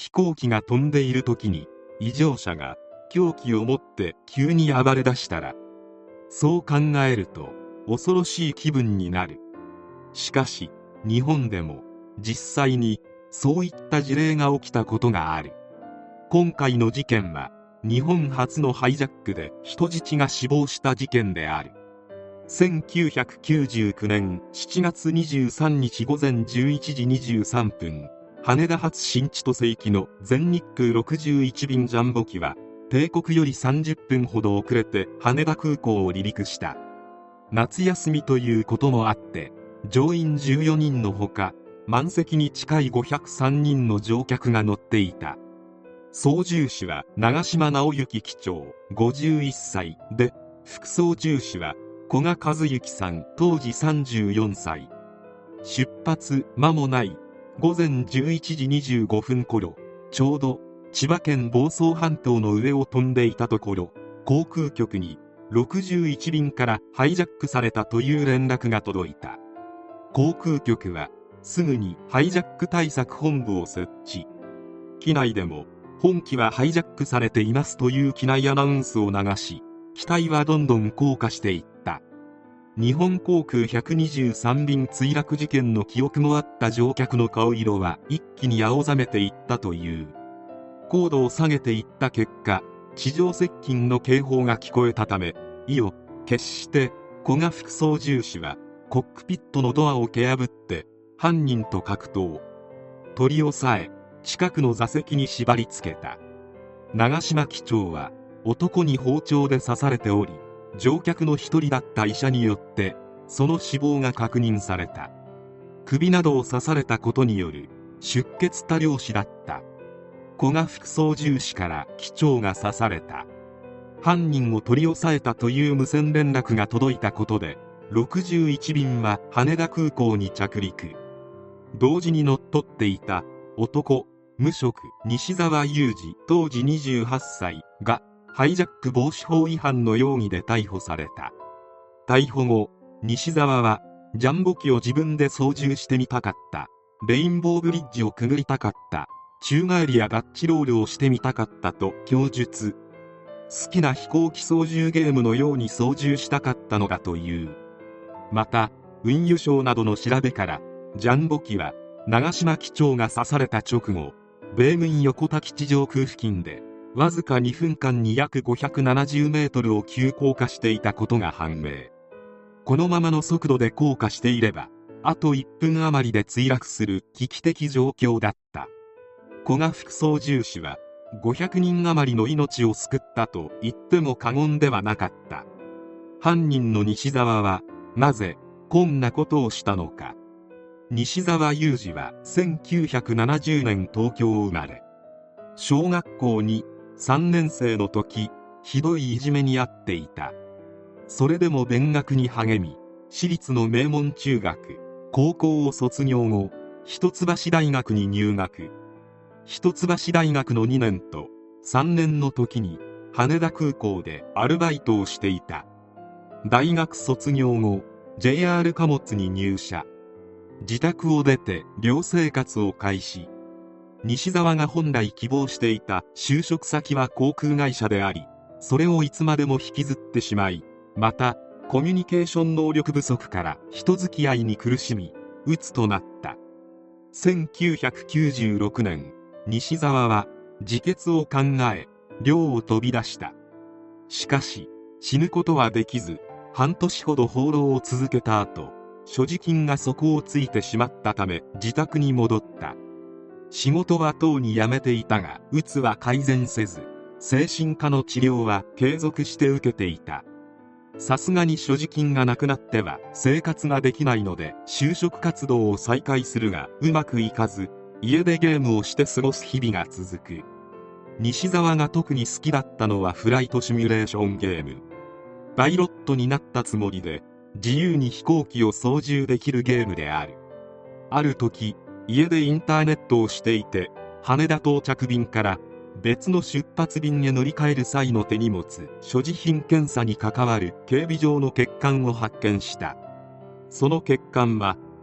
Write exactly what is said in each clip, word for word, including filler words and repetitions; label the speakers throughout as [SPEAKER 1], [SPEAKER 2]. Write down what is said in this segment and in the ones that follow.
[SPEAKER 1] 飛行機が飛んでいる時に異常者が凶器を持って急に暴れ出したら、そう考えると恐ろしい気分になる。しかし日本でも実際にそういった事例が起きたことがある。今回の事件は日本初のハイジャックで人質が死亡した事件である。せんきゅうひゃくきゅうじゅうきゅうねんしちがつにじゅうさんにち午前じゅういちじにじゅうさんぷん、羽田発新千歳行きの全日空ろくじゅういち便ジャンボ機は定刻よりさんじゅっぷんほど遅れて羽田空港を離陸した。夏休みということもあって乗員じゅうよにんのほか、満席に近いごひゃくさんにんの乗客が乗っていた。操縦士は長島直之機長ごじゅういっさいで、副操縦士は古賀和幸さん当時さんじゅうよんさい。出発間もない午前じゅういちじにじゅうごふん頃、ちょうど千葉県房総半島の上を飛んでいたところ、航空局にろくじゅういち便からハイジャックされたという連絡が届いた。航空局はすぐにハイジャック対策本部を設置。機内でも本機はハイジャックされていますという機内アナウンスを流し、機体はどんどん降下していった。日本航空ひゃくにじゅうさん便墜落事件の記憶もあった乗客の顔色は一気に青ざめていったという。高度を下げていった結果、地上接近の警報が聞こえたため、意を決して古賀副操縦士はコックピットのドアを蹴破って犯人と格闘。取り押さえ、近くの座席に縛り付けた。長島機長は男に包丁で刺されており、乗客の一人だった医者によってその死亡が確認された。首などを刺されたことによる出血多量死だった。古賀副操縦士から機長が刺された。犯人を取り押さえたという無線連絡が届いたことで、ろくじゅういち便は羽田空港に着陸。同時に乗っ取っていた男、無職西澤雄二当時にじゅうはっさいがハイジャック防止法違反の容疑で逮捕された。逮捕後、西澤はジャンボ機を自分で操縦してみたかった、レインボーブリッジをくぐりたかった、宙返りやダッチロールをしてみたかったと供述。好きな飛行機操縦ゲームのように操縦したかったのだという。また運輸省などの調べから、ジャンボ機は長島機長が刺された直後、米軍横田基地上空付近でわずかにふんかんに約ごひゃくななじゅうメートルを急降下していたことが判明。このままの速度で降下していれば、あといっぷん余りで墜落する危機的状況だった。古賀副操縦士はごひゃくにん余りの命を救ったと言っても過言ではなかった。犯人の西澤はなぜこんなことをしたのか。西澤雄二はせんきゅうひゃくななじゅうねん東京生まれ。小学校にさんねんせいの時、ひどいいじめにあっていた。それでも勉学に励み、私立の名門中学、高校を卒業後、一橋大学に入学。一橋大学のにねんとさんねんの時に羽田空港でアルバイトをしていた。大学卒業後、ジェイアール 貨物に入社。自宅を出て寮生活を開始。西澤が本来希望していた就職先は航空会社であり、それをいつまでも引きずってしまい、またコミュニケーション能力不足から人付き合いに苦しみ、鬱となった。せんきゅうひゃくきゅうじゅうろくねん、西澤は自決を考え、寮を飛び出した。しかし死ぬことはできず、半年ほど放浪を続けた後、所持金が底をついてしまったため自宅に戻った。仕事はとうに辞めていたが、鬱は改善せず、精神科の治療は継続して受けていた。さすがに所持金がなくなっては生活ができないので就職活動を再開するがうまくいかず、家でゲームをして過ごす日々が続く。西澤が特に好きだったのはフライトシミュレーションゲーム。パイロットになったつもりで自由に飛行機を操縦できるゲームである。ある時、家でインターネットをしていて、羽田到着便から別の出発便へ乗り換える際の手荷物所持品検査に関わる警備上の欠陥を発見した。その欠陥は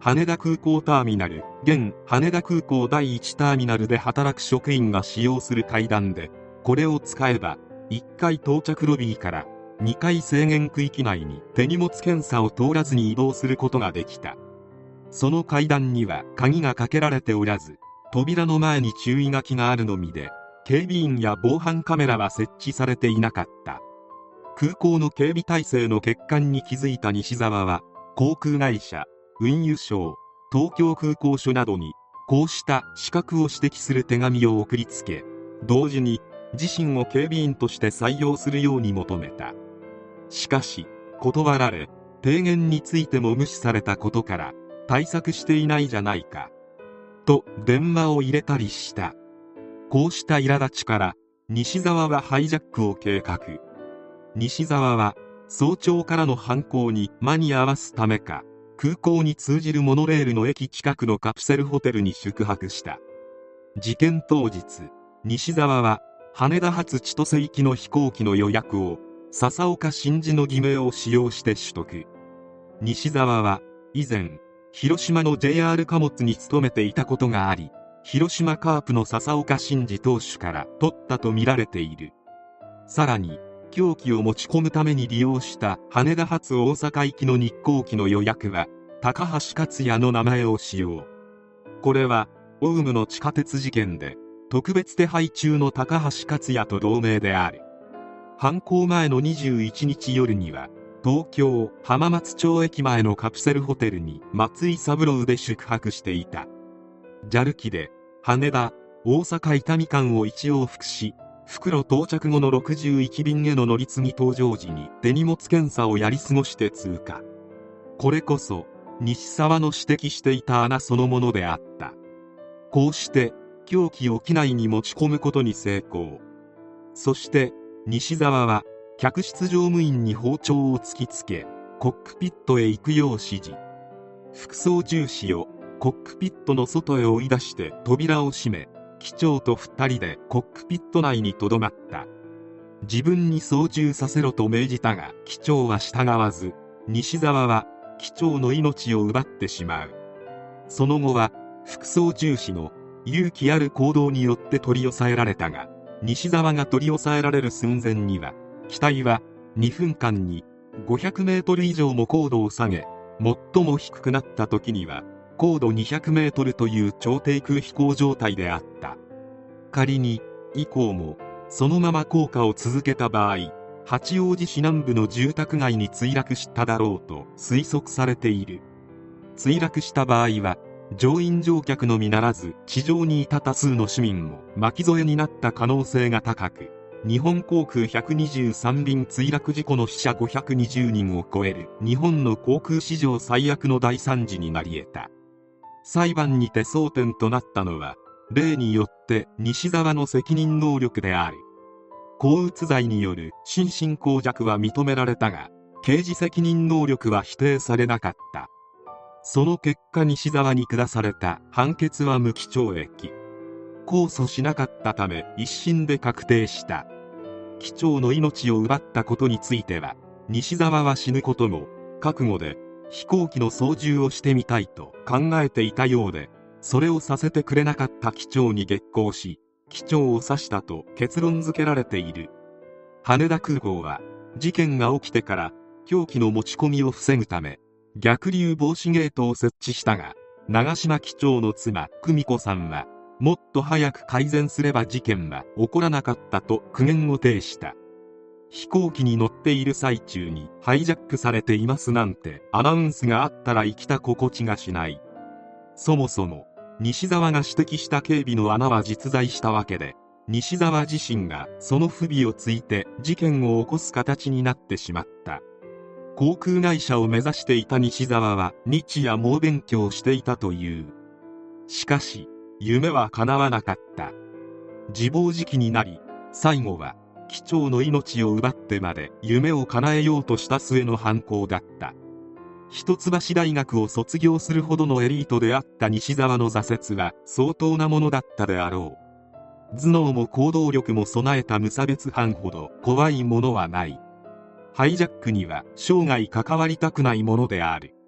[SPEAKER 1] 羽田空港ターミナル、現羽田空港だいいちターミナルで働く職員が使用する階段で、これを使えばいっかい到着ロビーからにかい制限区域内に手荷物検査を通らずに移動することができた。その階段には鍵がかけられておらず、扉の前に注意書きがあるのみで、警備員や防犯カメラは設置されていなかった。空港の警備体制の欠陥に気づいた西澤は、航空会社、運輸省、東京空港署などにこうした資格を指摘する手紙を送りつけ、同時に自身を警備員として採用するように求めた。しかし断られ、提言についても無視されたことから、対策していないじゃないかと電話を入れたりした。こうした苛立ちから西澤はハイジャックを計画。西澤は早朝からの犯行に間に合わすためか、空港に通じるモノレールの駅近くのカプセルホテルに宿泊した。事件当日、西澤は羽田発千歳行きの飛行機の予約を笹岡真二の偽名を使用して取得。西澤は以前広島の ジェイアール 貨物に勤めていたことがあり、広島カープの笹岡真二投手から取ったとみられている。さらに凶器を持ち込むために利用した羽田発大阪行きの日航機の予約は高橋克也の名前を使用。これはオウムの地下鉄事件で特別手配中の高橋克也と同名である。犯行前のにじゅういちにち夜には東京浜松町駅前のカプセルホテルに松井三郎で宿泊していた。 ジャル 機で羽田大阪伊丹間を一往復し、復路到着後のろくじゅういち便への乗り継ぎ搭乗時に手荷物検査をやり過ごして通過。これこそ西澤の指摘していた穴そのものであった。こうして凶器を機内に持ち込むことに成功。そして西澤は客室乗務員に包丁を突きつけ、コックピットへ行くよう指示。副操縦士をコックピットの外へ追い出して扉を閉め、機長と二人でコックピット内にとどまった。自分に操縦させろと命じたが機長は従わず、西澤は機長の命を奪ってしまう。その後は副操縦士の勇気ある行動によって取り押さえられたが、西澤が取り押さえられる寸前には機体はにふんかんにごひゃくメートル以上も高度を下げ、最も低くなった時には高度にひゃくメートルという超低空飛行状態であった。仮に以降もそのまま降下を続けた場合、八王子市南部の住宅街に墜落しただろうと推測されている。墜落した場合は乗員乗客のみならず地上にいた多数の市民も巻き添えになった可能性が高く、日本航空ひゃくにじゅうさん便墜落事故の死者ごひゃくにじゅうにんを超える日本の航空史上最悪の大惨事になり得た。裁判にて争点となったのは、例によって西澤の責任能力である。抗うつ罪による心神耗弱は認められたが、刑事責任能力は否定されなかった。その結果西澤に下された判決は無期懲役。控訴しなかったため一審で確定した。機長の命を奪ったことについては、西澤は死ぬことも覚悟で飛行機の操縦をしてみたいと考えていたようで、それをさせてくれなかった機長に激高し、機長を刺したと結論付けられている。羽田空港は事件が起きてから凶器の持ち込みを防ぐため逆流防止ゲートを設置したが、長島機長の妻久美子さんはもっと早く改善すれば事件は起こらなかったと苦言を呈した。飛行機に乗っている最中にハイジャックされていますなんてアナウンスがあったら生きた心地がしない。そもそも西澤が指摘した警備の穴は実在したわけで、西澤自身がその不備をついて事件を起こす形になってしまった。航空会社を目指していた西澤は日夜猛勉強していたという。しかし夢は叶わなかった。自暴自棄になり、最後は機長の命を奪ってまで夢を叶えようとした末の犯行だった。一橋大学を卒業するほどのエリートであった西澤の挫折は相当なものだったであろう。頭脳も行動力も備えた無差別犯ほど怖いものはない。ハイジャックには生涯関わりたくないものである。